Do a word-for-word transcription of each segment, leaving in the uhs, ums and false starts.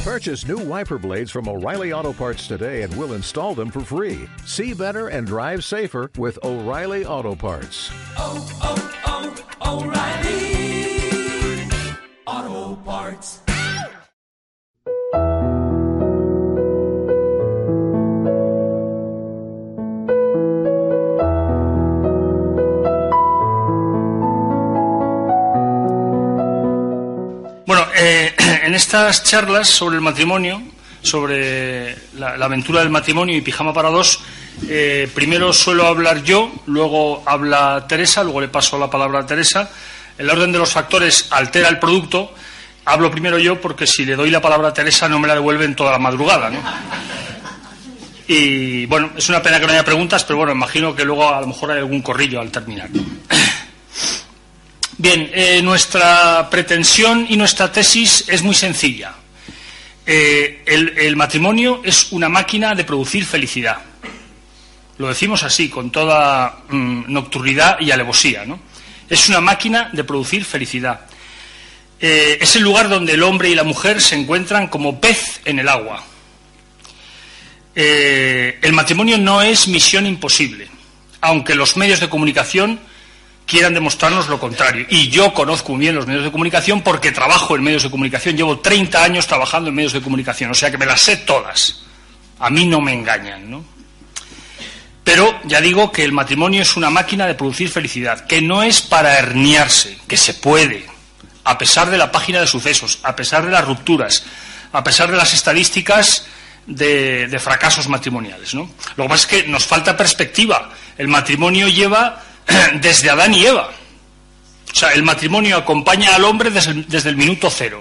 Purchase new wiper blades from O'Reilly Auto Parts today and we'll install them for free. See better and drive safer with O'Reilly Auto Parts. Oh, oh, oh, O'Reilly Auto Parts. Bueno, eh, en estas charlas sobre el matrimonio, sobre la, la aventura del matrimonio y Pijama para dos, eh, primero suelo hablar yo, luego habla Teresa, luego le paso la palabra a Teresa. El orden de los factores altera el producto. Hablo primero yo porque si le doy la palabra a Teresa no me la devuelven toda la madrugada, ¿no? Y bueno, es una pena que no haya preguntas, pero bueno, imagino que luego a lo mejor hay algún corrillo al terminar, ¿no? Bien, eh, nuestra pretensión y nuestra tesis es muy sencilla. Eh, el, el matrimonio es una máquina de producir felicidad. Lo decimos así, con toda mm, nocturnidad y alevosía, ¿no? Es una máquina de producir felicidad. Eh, es el lugar donde el hombre y la mujer se encuentran como pez en el agua. Eh, el matrimonio no es misión imposible, aunque los medios de comunicación quieran demostrarnos lo contrario. Y yo conozco muy bien los medios de comunicación porque trabajo en medios de comunicación. Llevo treinta años trabajando en medios de comunicación, o sea que me las sé todas. A mí no me engañan, ¿no? Pero ya digo que el matrimonio es una máquina de producir felicidad, que no es para herniarse, que se puede, a pesar de la página de sucesos, a pesar de las rupturas, a pesar de las estadísticas de, de fracasos matrimoniales, ¿no? Lo que pasa es que nos falta perspectiva. El matrimonio lleva desde Adán y Eva. O sea, el matrimonio acompaña al hombre desde el, desde el minuto cero.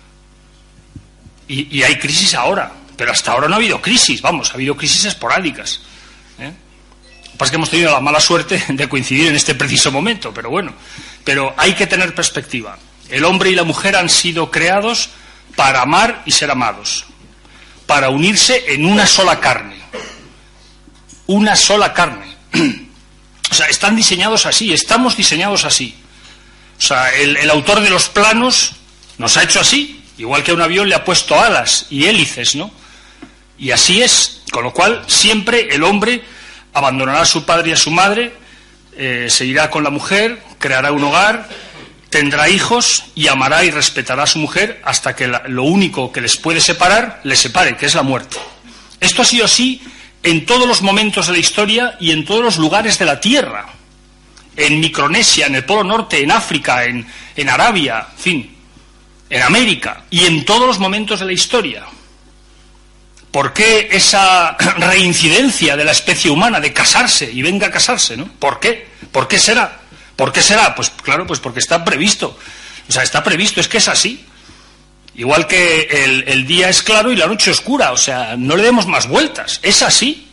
Y, y hay crisis ahora, pero hasta ahora no ha habido crisis, vamos, ha habido crisis esporádicas, ¿eh? Lo que pasa es que hemos tenido la mala suerte de coincidir en este preciso momento, pero bueno, pero hay que tener perspectiva. El hombre y la mujer han sido creados para amar y ser amados, para unirse en una sola carne. Una sola carne. O sea, están diseñados así, estamos diseñados así. O sea, el, el autor de los planos nos ha hecho así, igual que a un avión le ha puesto alas y hélices, ¿no? Y así es, con lo cual siempre el hombre abandonará a su padre y a su madre, eh, se irá con la mujer, creará un hogar, tendrá hijos y amará y respetará a su mujer hasta que la, lo único que les puede separar, les separe, que es la muerte. Esto ha sido así en todos los momentos de la historia y en todos los lugares de la Tierra. En Micronesia, en el Polo Norte, en África, en, en Arabia, en fin, en América, y en todos los momentos de la historia. ¿Por qué esa reincidencia de la especie humana de casarse y venga a casarse, ¿no? ¿Por qué? ¿Por qué será? ¿Por qué será? Pues claro, pues porque está previsto. O sea, está previsto, es que es así. Igual que el, el día es claro y la noche oscura, o sea, no le demos más vueltas, es así.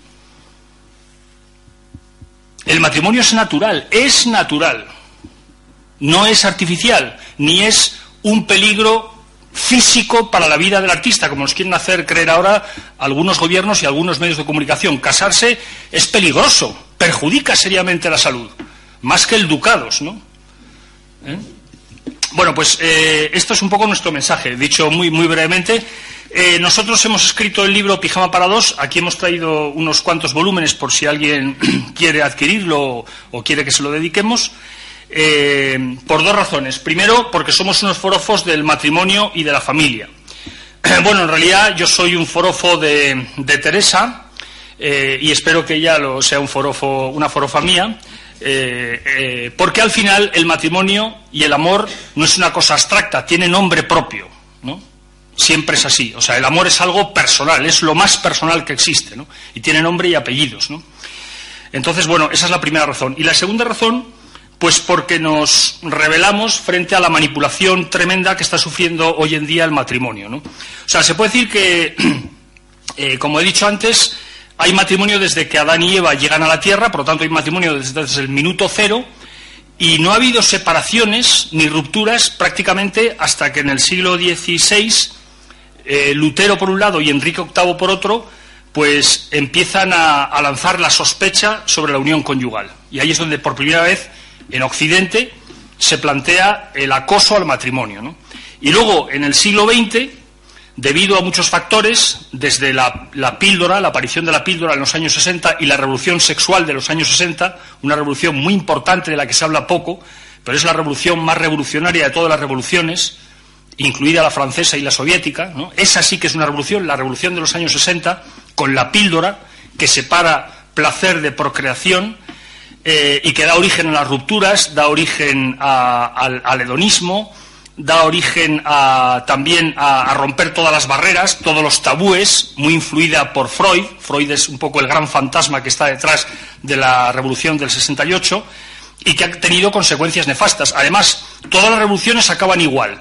El matrimonio es natural, es natural, no es artificial, ni es un peligro físico para la vida del artista, como nos quieren hacer creer ahora algunos gobiernos y algunos medios de comunicación. Casarse es peligroso, perjudica seriamente la salud, más que el ducados, ¿no? ¿Eh? Bueno, pues eh, esto es un poco nuestro mensaje, dicho muy muy brevemente. Eh, nosotros hemos escrito el libro Pijama para dos, aquí hemos traído unos cuantos volúmenes por si alguien quiere adquirirlo o quiere que se lo dediquemos, eh, por dos razones. Primero, porque somos unos forofos del matrimonio y de la familia. Bueno, en realidad yo soy un forofo de, de Teresa, eh, y espero que ella lo sea un forofo, una forofa mía. Eh, eh, porque al final el matrimonio y el amor no es una cosa abstracta, tiene nombre propio, ¿no? Siempre es así, o sea, el amor es algo personal, es lo más personal que existe, ¿no? Y tiene nombre y apellidos, ¿no? Entonces, bueno, esa es la primera razón. Y la segunda razón, pues porque nos rebelamos frente a la manipulación tremenda que está sufriendo hoy en día el matrimonio, ¿no? O sea, se puede decir que, eh, como he dicho antes, hay matrimonio desde que Adán y Eva llegan a la Tierra, por lo tanto hay matrimonio desde, desde el minuto cero, y no ha habido separaciones ni rupturas prácticamente hasta que en el siglo dieciséis eh, Lutero por un lado y Enrique octavo por otro, pues empiezan a, a lanzar la sospecha sobre la unión conyugal. Y ahí es donde por primera vez en Occidente se plantea el acoso al matrimonio, ¿no? Y luego en el siglo veinte debido a muchos factores, desde la, la píldora, la aparición de la píldora en los años sesenta y la revolución sexual de los años sesenta, una revolución muy importante de la que se habla poco, pero es la revolución más revolucionaria de todas las revoluciones, incluida la francesa y la soviética, ¿no? Esa sí que es una revolución, la revolución de los años sesenta, con la píldora que separa placer de procreación eh, y que da origen a las rupturas, da origen a, al, al hedonismo, da origen a, también a, a romper todas las barreras, todos los tabúes, muy influida por Freud. Freud es un poco el gran fantasma que está detrás de la revolución del sesenta y ocho y que ha tenido consecuencias nefastas. Además, todas las revoluciones acaban igual,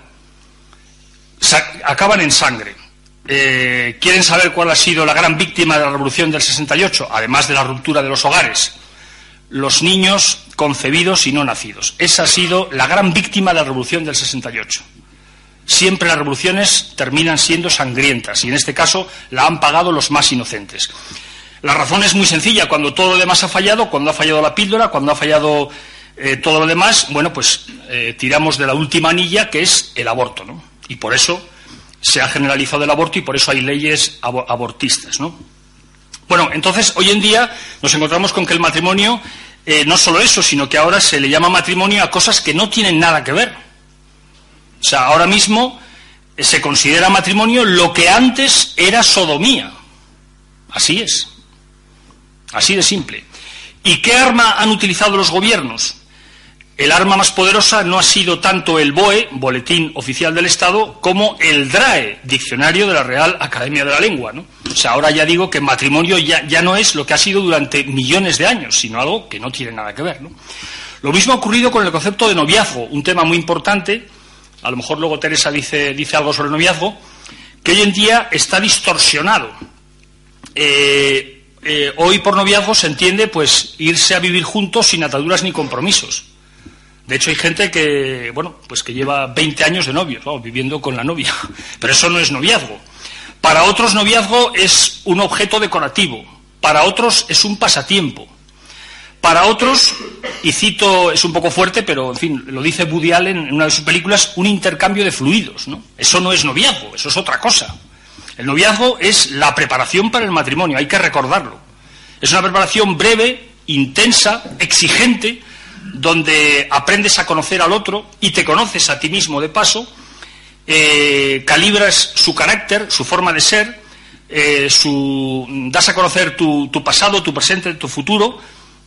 Sa- acaban en sangre. Eh, ¿Quieren saber cuál ha sido la gran víctima de la revolución del sesenta y ocho? Además de la ruptura de los hogares, los niños concebidos y no nacidos. Esa ha sido la gran víctima de la revolución del sesenta y ocho. Siempre las revoluciones terminan siendo sangrientas y en este caso la han pagado los más inocentes. La razón es muy sencilla: cuando todo lo demás ha fallado, cuando ha fallado la píldora, cuando ha fallado eh, todo lo demás, bueno, pues eh, tiramos de la última anilla, que es el aborto, ¿no? Y por eso se ha generalizado el aborto y por eso hay leyes abo- abortistas, ¿no? Bueno, entonces hoy en día nos encontramos con que el matrimonio, eh, no solo eso, sino que ahora se le llama matrimonio a cosas que no tienen nada que ver. O sea, ahora mismo eh, se considera matrimonio lo que antes era sodomía. Así es. Así de simple. ¿Y qué arma han utilizado los gobiernos? El arma más poderosa no ha sido tanto el B O E, Boletín Oficial del Estado, como el D R A E, Diccionario de la Real Academia de la Lengua, ¿no? O sea, ahora ya digo que matrimonio ya, ya no es lo que ha sido durante millones de años, sino algo que no tiene nada que ver, ¿no? Lo mismo ha ocurrido con el concepto de noviazgo, un tema muy importante. A lo mejor luego Teresa dice, dice algo sobre el noviazgo, que hoy en día está distorsionado. Eh, eh, hoy por noviazgo se entiende pues irse a vivir juntos sin ataduras ni compromisos. De hecho, hay gente que, bueno, pues que lleva veinte años de novios, vamos, viviendo con la novia. Pero eso no es noviazgo. Para otros, noviazgo es un objeto decorativo. Para otros, es un pasatiempo. Para otros, y cito, es un poco fuerte, pero, en fin, lo dice Woody Allen en una de sus películas, un intercambio de fluidos, ¿no? Eso no es noviazgo, eso es otra cosa. El noviazgo es la preparación para el matrimonio, hay que recordarlo. Es una preparación breve, intensa, exigente, donde aprendes a conocer al otro y te conoces a ti mismo de paso, eh, calibras su carácter, su forma de ser, eh, su, das a conocer tu, tu pasado, tu presente, tu futuro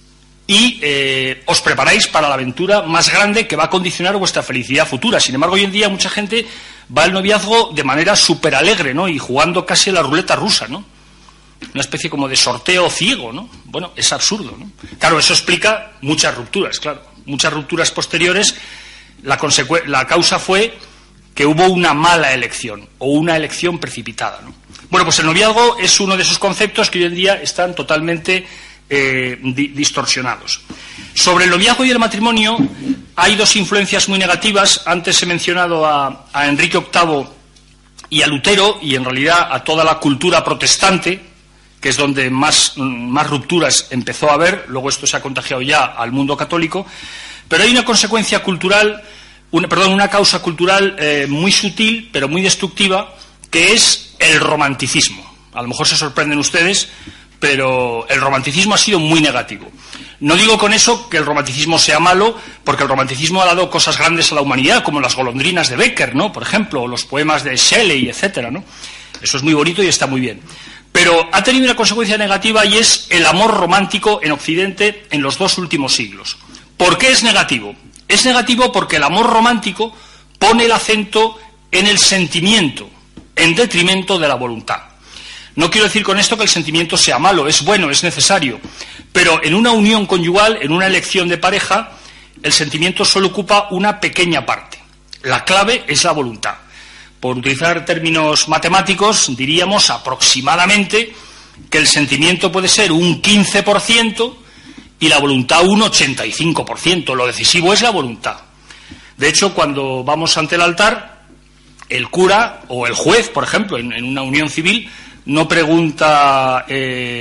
y eh, os preparáis para la aventura más grande que va a condicionar vuestra felicidad futura. Sin embargo, hoy en día mucha gente va al noviazgo de manera súper alegre, ¿no? Y jugando casi a la ruleta rusa, ¿no? Una especie como de sorteo ciego, ¿no? Bueno, es absurdo, ¿no? Claro, eso explica muchas rupturas, claro. Muchas rupturas posteriores, la, consecue- la causa fue que hubo una mala elección o una elección precipitada, ¿no? Bueno, pues el noviazgo es uno de esos conceptos que hoy en día están totalmente eh, di- distorsionados. Sobre el noviazgo y el matrimonio hay dos influencias muy negativas. Antes he mencionado a, a Enrique octavo y a Lutero, y en realidad a toda la cultura protestante, que es donde más, más rupturas empezó a haber. Luego esto se ha contagiado ya al mundo católico, pero hay una consecuencia cultural, una, perdón, una causa cultural eh, muy sutil, pero muy destructiva, que es el romanticismo. A lo mejor se sorprenden ustedes, pero el romanticismo ha sido muy negativo. No digo con eso que el romanticismo sea malo, porque el romanticismo ha dado cosas grandes a la humanidad, como las golondrinas de Becker, ¿no? Por ejemplo, o los poemas de Shelley, etcétera, ¿no? Eso es muy bonito y está muy bien. Pero ha tenido una consecuencia negativa, y es el amor romántico en Occidente en los dos últimos siglos. ¿Por qué es negativo? Es negativo porque el amor romántico pone el acento en el sentimiento, en detrimento de la voluntad. No quiero decir con esto que el sentimiento sea malo, es bueno, es necesario, pero en una unión conyugal, en una elección de pareja, el sentimiento solo ocupa una pequeña parte. La clave es la voluntad. Por utilizar términos matemáticos, diríamos aproximadamente que el sentimiento puede ser un quince por ciento y la voluntad un ochenta y cinco por ciento. Lo decisivo es la voluntad. De hecho, cuando vamos ante el altar, el cura o el juez, por ejemplo, en, en una unión civil, no pregunta eh,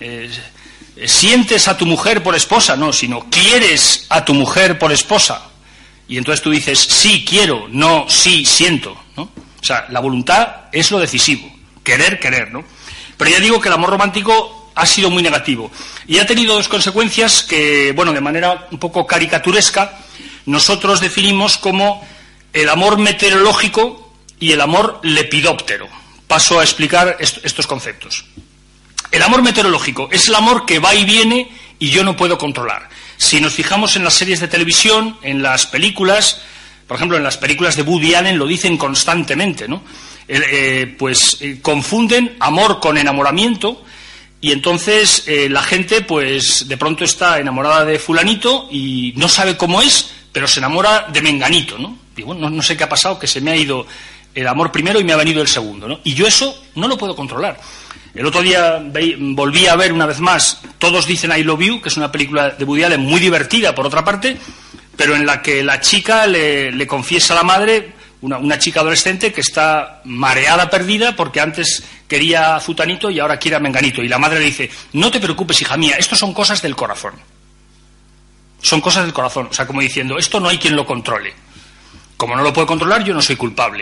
eh, ¿sientes a tu mujer por esposa? No, sino ¿quieres a tu mujer por esposa? Y entonces tú dices sí quiero, no sí siento, ¿no? O sea, la voluntad es lo decisivo, querer, querer, ¿no? Pero ya digo que el amor romántico ha sido muy negativo y ha tenido dos consecuencias que, bueno, de manera un poco caricaturesca, nosotros definimos como el amor meteorológico y el amor lepidóptero. Paso a explicar est- estos conceptos. El amor meteorológico es el amor que va y viene y yo no puedo controlar. Si nos fijamos en las series de televisión, en las películas, por ejemplo, en las películas de Woody Allen lo dicen constantemente, ¿no? Eh, eh, pues eh, confunden amor con enamoramiento y entonces eh, la gente pues de pronto está enamorada de fulanito y no sabe cómo es, pero se enamora de menganito, ¿no? Y bueno, no, no sé qué ha pasado, que se me ha ido el amor primero y me ha venido el segundo, ¿no? Y yo eso no lo puedo controlar. El otro día ve, volví a ver una vez más Todos dicen I Love You, que es una película de Woody Allen muy divertida, por otra parte, pero en la que la chica le, le confiesa a la madre, una, una chica adolescente, que está mareada, perdida, porque antes quería a Zutanito y ahora quiere a Menganito. Y la madre le dice, no te preocupes, hija mía, esto son cosas del corazón. Son cosas del corazón. O sea, como diciendo, esto no hay quien lo controle. Como no lo puedo controlar, yo no soy culpable.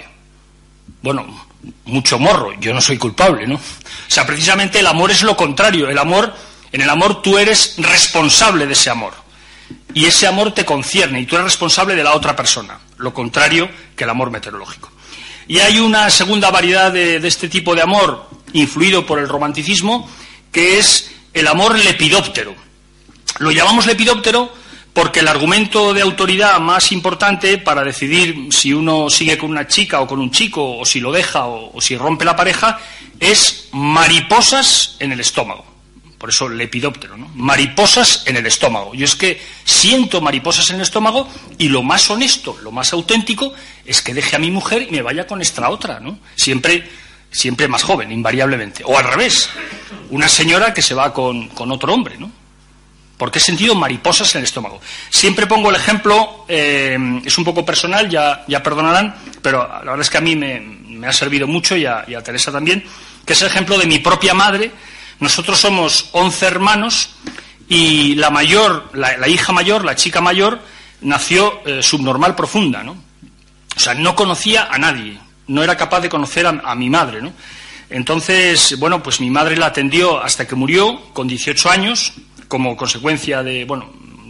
Bueno, mucho morro, yo no soy culpable, ¿no? O sea, precisamente el amor es lo contrario. El amor, en el amor tú eres responsable de ese amor. Y ese amor te concierne y tú eres responsable de la otra persona. Lo contrario que el amor meteorológico. Y hay una segunda variedad de, de este tipo de amor, influido por el romanticismo, que es el amor lepidóptero. Lo llamamos lepidóptero porque el argumento de autoridad más importante para decidir si uno sigue con una chica o con un chico, o si lo deja o, o si rompe la pareja, es mariposas en el estómago. Por eso lepidóptero, ¿no? Mariposas en el estómago. Yo es que siento mariposas en el estómago y lo más honesto, lo más auténtico, es que deje a mi mujer y me vaya con esta otra, ¿no? Siempre, siempre más joven, invariablemente. O al revés, una señora que se va con, con otro hombre, ¿no? Porque he sentido mariposas en el estómago. Siempre pongo el ejemplo, eh, es un poco personal, ya, ya perdonarán, pero la verdad es que a mí me, me ha servido mucho y a, y a Teresa también, que es el ejemplo de mi propia madre. Nosotros somos once hermanos y la mayor, la, la hija mayor, la chica mayor, nació eh, subnormal profunda, ¿no? O sea, no conocía a nadie, no era capaz de conocer a, a mi madre, ¿no? Entonces, bueno, pues mi madre la atendió hasta que murió, con dieciocho años, como consecuencia de, bueno,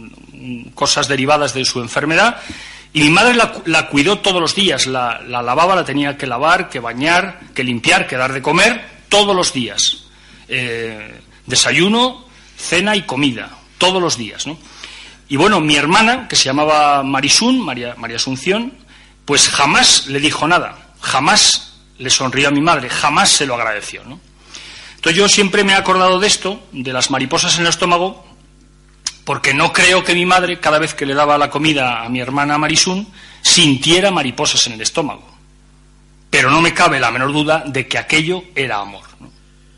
cosas derivadas de su enfermedad, y mi madre la, la cuidó todos los días, la, la lavaba, la tenía que lavar, que bañar, que limpiar, que dar de comer, todos los días. Eh, desayuno, cena y comida, todos los días, ¿no? Y bueno, mi hermana, que se llamaba Marisun, María, María Asunción, pues jamás le dijo nada, jamás le sonrió a mi madre, jamás se lo agradeció, ¿no? Entonces yo siempre me he acordado de esto, de las mariposas en el estómago, porque no creo que mi madre, cada vez que le daba la comida a mi hermana Marisun, sintiera mariposas en el estómago. Pero no me cabe la menor duda de que aquello era amor, ¿no?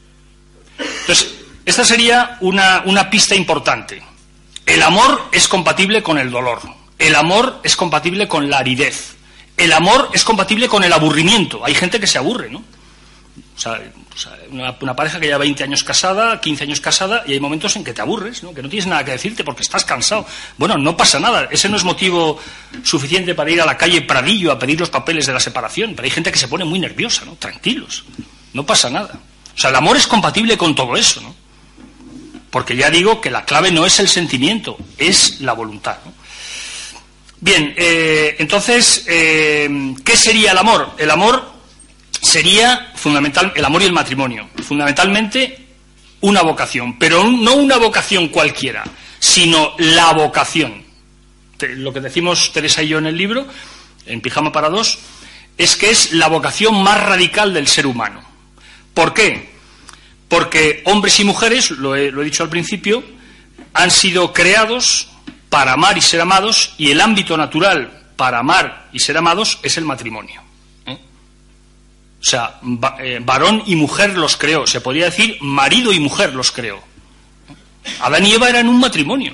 Entonces, esta sería una, una pista importante. El amor es compatible con el dolor. El amor es compatible con la aridez. El amor es compatible con el aburrimiento. Hay gente que se aburre, ¿no? O sea, o sea una, una pareja que lleva veinte años casada, quince años casada, y hay momentos en que te aburres, ¿no? Que no tienes nada que decirte porque estás cansado. Bueno, no pasa nada. Ese no es motivo suficiente para ir a la calle Pradillo a pedir los papeles de la separación. Pero hay gente que se pone muy nerviosa, ¿no? Tranquilos. No pasa nada. O sea, el amor es compatible con todo eso, ¿no? Porque ya digo que la clave no es el sentimiento, es la voluntad, ¿no? Bien, eh, entonces, eh, ¿qué sería el amor? El amor sería fundamental, el amor y el matrimonio, fundamentalmente una vocación, pero no una vocación cualquiera, sino la vocación. Lo que decimos Teresa y yo en el libro, en Pijama para dos, es que es la vocación más radical del ser humano. ¿Por qué? Porque hombres y mujeres, lo he, lo he dicho al principio, han sido creados para amar y ser amados, y el ámbito natural para amar y ser amados es el matrimonio. ¿Eh? O sea, va, eh, varón y mujer los creó, se podría decir marido y mujer los creó. Adán y Eva eran un matrimonio.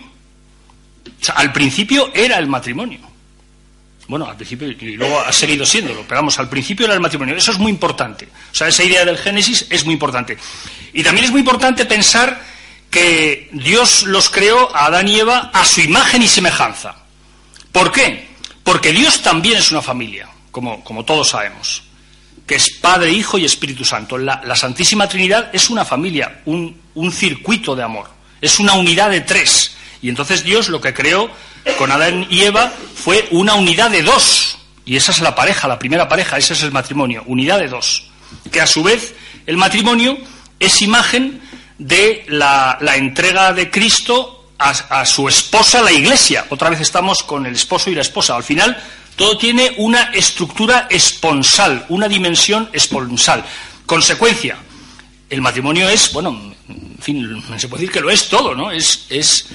O sea, al principio era el matrimonio. Bueno, al principio, y luego ha seguido siéndolo, pero vamos, al principio era el matrimonio. Eso es muy importante. O sea, esa idea del Génesis es muy importante. Y también es muy importante pensar que Dios los creó a Adán y Eva a su imagen y semejanza. ¿Por qué? Porque Dios también es una familia, como, como todos sabemos. que es Padre, Hijo y Espíritu Santo. La, la Santísima Trinidad es una familia, un, un circuito de amor, es una unidad de tres. Y entonces Dios lo que creó con Adán y Eva fue una unidad de dos. Y esa es la pareja, la primera pareja, ese es el matrimonio, unidad de dos. Que a su vez el matrimonio es imagen de la, la entrega de Cristo a, a su esposa, la Iglesia. Otra vez estamos con el esposo y la esposa. Al final todo tiene una estructura esponsal, una dimensión esponsal. Consecuencia, el matrimonio es, bueno, en fin, se puede decir que lo es todo, ¿no? Es, es,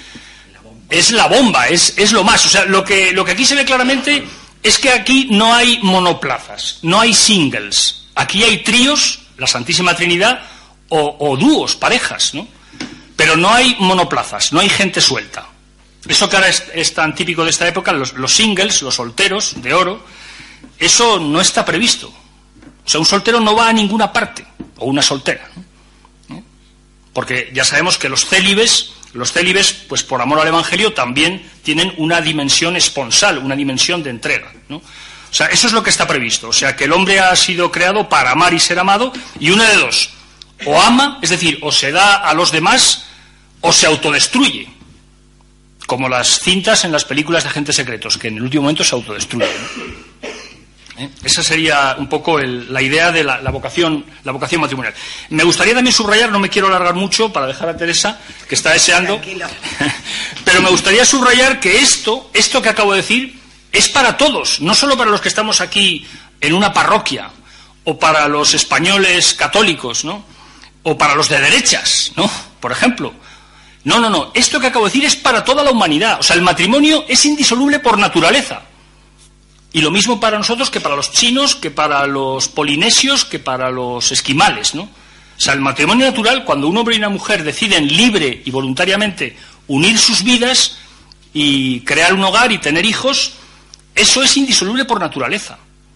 es la bomba, es, es lo más. O sea, lo que, lo que aquí se ve claramente es que aquí no hay monoplazas, no hay singles. Aquí hay tríos, la Santísima Trinidad, o, o dúos, parejas, ¿no? Pero no hay monoplazas, no hay gente suelta. Eso que ahora es, es tan típico de esta época, los, los singles, los solteros de oro, eso no está previsto. O sea, un soltero no va a ninguna parte, o una soltera, ¿no? Porque ya sabemos que los célibes, los célibes, pues por amor al Evangelio, también tienen una dimensión esponsal, una dimensión de entrega, ¿no? O sea, eso es lo que está previsto. O sea, que el hombre ha sido creado para amar y ser amado, y una de dos, o ama, es decir, o se da a los demás, o se autodestruye. Como las cintas en las películas de agentes secretos, que en el último momento se autodestruyen, ¿no? ¿Eh? Esa sería un poco el, la idea de la, la vocación la vocación matrimonial. Me gustaría también subrayar, no me quiero alargar mucho para dejar a Teresa, que está deseando, pero me gustaría subrayar que esto, esto que acabo de decir, es para todos, no solo para los que estamos aquí en una parroquia, o para los españoles católicos, ¿no? O para los de derechas, ¿no? Por ejemplo. No, no, no. Esto que acabo de decir es para toda la humanidad. O sea, el matrimonio es indisoluble por naturaleza. Y lo mismo para nosotros que para los chinos, que para los polinesios, que para los esquimales, ¿no? O sea, el matrimonio natural, cuando un hombre y una mujer deciden libre y voluntariamente unir sus vidas y crear un hogar y tener hijos, eso es indisoluble por naturaleza.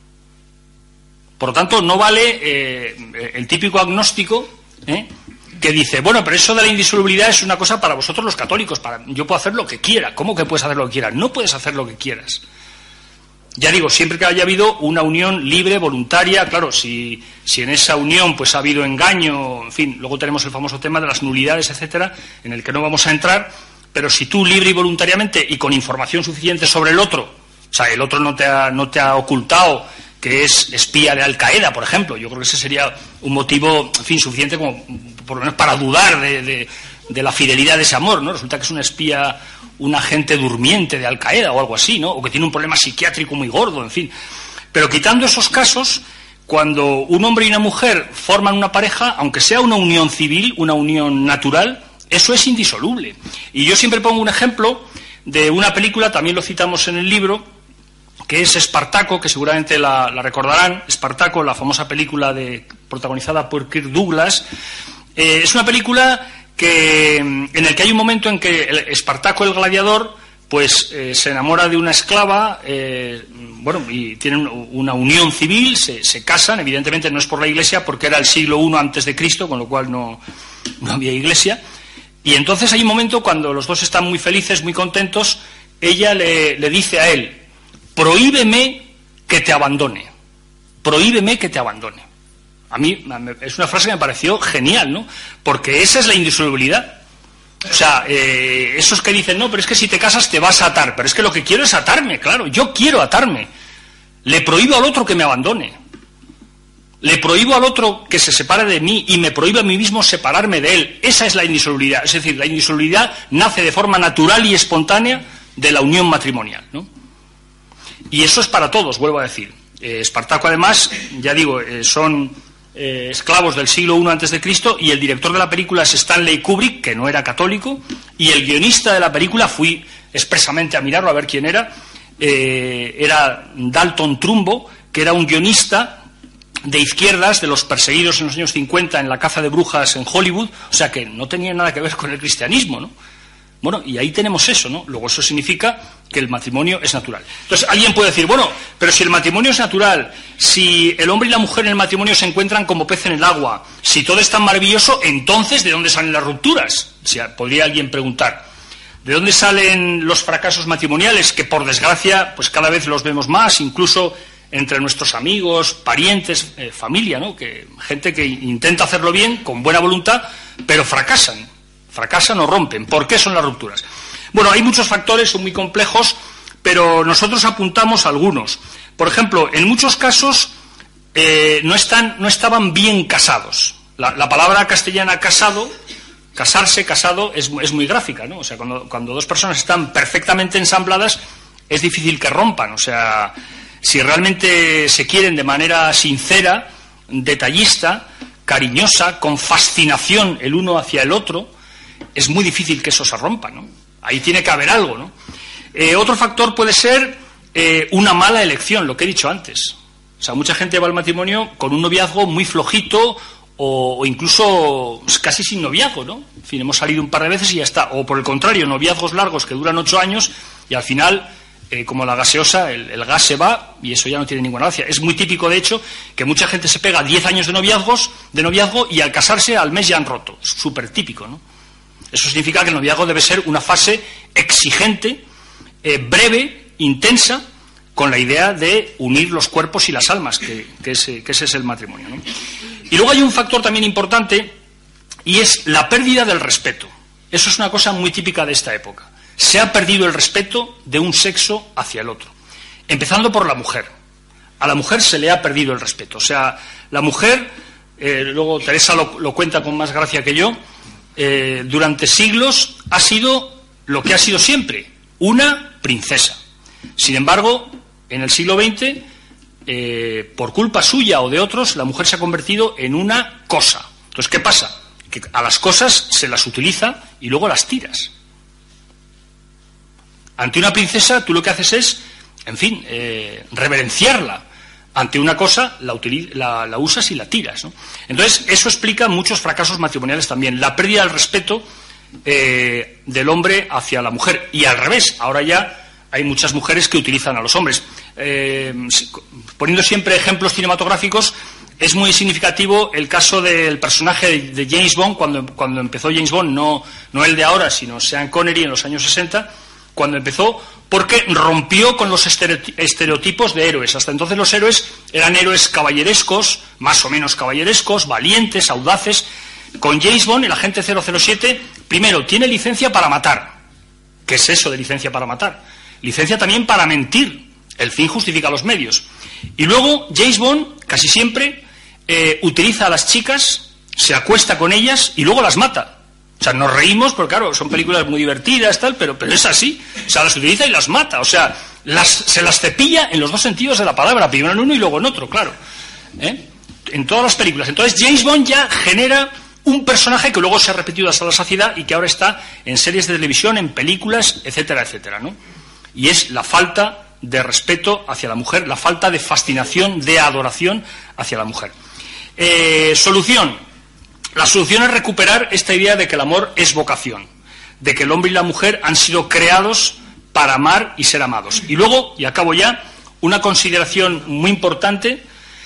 Por lo tanto, no vale eh, el típico agnóstico, ¿eh?, que dice, bueno, pero eso de la indisolubilidad es una cosa para vosotros los católicos, para yo puedo hacer lo que quiera. ¿Cómo que puedes hacer lo que quieras? No puedes hacer lo que quieras. Ya digo, siempre que haya habido una unión libre, voluntaria, claro, si, si en esa unión pues ha habido engaño, en fin, luego tenemos el famoso tema de las nulidades, etcétera, en el que no vamos a entrar, pero si tú libre y voluntariamente y con información suficiente sobre el otro, o sea, el otro no te ha, no te ha ocultado que es espía de Al Qaeda, por ejemplo, yo creo que ese sería un motivo, en fin, suficiente como por lo menos para dudar de, de, de la fidelidad de ese amor, ¿no? Resulta que es una espía, un agente durmiente de Al Qaeda o algo así, ¿no? O que tiene un problema psiquiátrico muy gordo, en fin. Pero quitando esos casos, cuando un hombre y una mujer forman una pareja, aunque sea una unión civil, una unión natural, eso es indisoluble. Y yo siempre pongo un ejemplo de una película, también lo citamos en el libro, que es Espartaco, que seguramente la, la recordarán. Espartaco, la famosa película de, protagonizada por Kirk Douglas. Eh, es una película que, en la que hay un momento en que el Espartaco, el gladiador, pues eh, se enamora de una esclava, eh, bueno, y tienen una unión civil, se, se casan, evidentemente no es por la Iglesia, porque era el siglo primero antes de Cristo, con lo cual no, no había Iglesia. Y entonces hay un momento cuando los dos están muy felices, muy contentos, ella le, le dice a él, prohíbeme que te abandone, prohíbeme que te abandone. A mí es una frase que me pareció genial, ¿no? Porque esa es la indisolubilidad. O sea, eh, esos que dicen, no, pero es que si te casas te vas a atar, pero es que lo que quiero es atarme, claro, yo quiero atarme. Le prohíbo al otro que me abandone. Le prohíbo al otro que se separe de mí y me prohíbo a mí mismo separarme de él. Esa es la indisolubilidad. Es decir, la indisolubilidad nace de forma natural y espontánea de la unión matrimonial, ¿no? Y eso es para todos, vuelvo a decir. Eh, Espartaco, además, ya digo, eh, son eh, esclavos del siglo primero antes de Cristo, y el director de la película es Stanley Kubrick, que no era católico, y el guionista de la película, fui expresamente a mirarlo a ver quién era, eh, era Dalton Trumbo, que era un guionista de izquierdas, de los perseguidos en los años cincuenta en la caza de brujas en Hollywood, o sea que no tenía nada que ver con el cristianismo, ¿no? Bueno, y ahí tenemos eso, ¿no? Luego eso significa que el matrimonio es natural. Entonces alguien puede decir, bueno, pero si el matrimonio es natural, si el hombre y la mujer en el matrimonio se encuentran como pez en el agua, si todo es tan maravilloso, entonces ¿de dónde salen las rupturas? O sea, podría alguien preguntar. ¿De dónde salen los fracasos matrimoniales? Que por desgracia, pues cada vez los vemos más, incluso entre nuestros amigos, parientes, eh, familia, ¿no? Que gente que intenta hacerlo bien, con buena voluntad, pero fracasan, fracasan o rompen. ¿Por qué son las rupturas? Bueno, hay muchos factores, son muy complejos, pero nosotros apuntamos algunos. Por ejemplo, en muchos casos eh, no están, no estaban bien casados. La, la palabra castellana casado, casarse, casado, es, es muy gráfica, ¿no? O sea, cuando, cuando dos personas están perfectamente ensambladas, es difícil que rompan. O sea, si realmente se quieren de manera sincera, detallista, cariñosa, con fascinación el uno hacia el otro, es muy difícil que eso se rompa, ¿no? Ahí tiene que haber algo, ¿no? Eh, otro factor puede ser eh, una mala elección, lo que he dicho antes. O sea, mucha gente va al matrimonio con un noviazgo muy flojito o, o incluso casi sin noviazgo, ¿no? En fin, hemos salido un par de veces y ya está. O por el contrario, noviazgos largos que duran ocho años y al final, eh, como la gaseosa, el, el gas se va y eso ya no tiene ninguna gracia. Es muy típico, de hecho, que mucha gente se pega diez años de noviazgos, de noviazgo y al casarse al mes ya han roto. Es súper típico, ¿no? Eso significa que el noviazgo debe ser una fase exigente, eh, breve, intensa, con la idea de unir los cuerpos y las almas, que, que, ese, que ese es el matrimonio, ¿no? Y luego hay un factor también importante, y es la pérdida del respeto. Eso es una cosa muy típica de esta época. Se ha perdido el respeto de un sexo hacia el otro, empezando por la mujer. A la mujer se le ha perdido el respeto. O sea, la mujer, eh, luego Teresa lo, lo cuenta con más gracia que yo, eh, durante siglos ha sido lo que ha sido siempre, una princesa. Sin embargo, en el siglo veinte, eh, por culpa suya o de otros, la mujer se ha convertido en una cosa. Entonces, ¿qué pasa? Que a las cosas se las utiliza y luego las tiras. Ante una princesa, tú lo que haces es, en fin, eh, reverenciarla. Ante una cosa, la, la, la usas y la tiras, ¿no? Entonces, eso explica muchos fracasos matrimoniales también. La pérdida del respeto eh, del hombre hacia la mujer. Y al revés, ahora ya hay muchas mujeres que utilizan a los hombres. Eh, poniendo siempre ejemplos cinematográficos, es muy significativo el caso del personaje de James Bond, cuando, cuando empezó James Bond, no, no el de ahora, sino Sean Connery en los años sesenta, cuando empezó, porque rompió con los estereotipos de héroes. Hasta entonces los héroes eran héroes caballerescos, más o menos caballerescos, valientes, audaces. Con James Bond, el agente cero cero siete, primero, tiene licencia para matar. ¿Qué es eso de licencia para matar? Licencia también para mentir. El fin justifica los medios. Y luego, James Bond, casi siempre, eh, utiliza a las chicas, se acuesta con ellas y luego las mata. O sea, nos reímos, porque claro, son películas muy divertidas, tal, pero, pero es así. O sea, las utiliza y las mata. O sea, las, se las cepilla en los dos sentidos de la palabra, primero en uno y luego en otro, claro. ¿Eh? En todas las películas. Entonces, James Bond ya genera un personaje que luego se ha repetido hasta la saciedad y que ahora está en series de televisión, en películas, etcétera, etcétera, ¿no? Y es la falta de respeto hacia la mujer, la falta de fascinación, de adoración hacia la mujer. Eh, solución. La solución es recuperar esta idea de que el amor es vocación, de que el hombre y la mujer han sido creados para amar y ser amados. Y luego, y acabo ya, una consideración muy importante,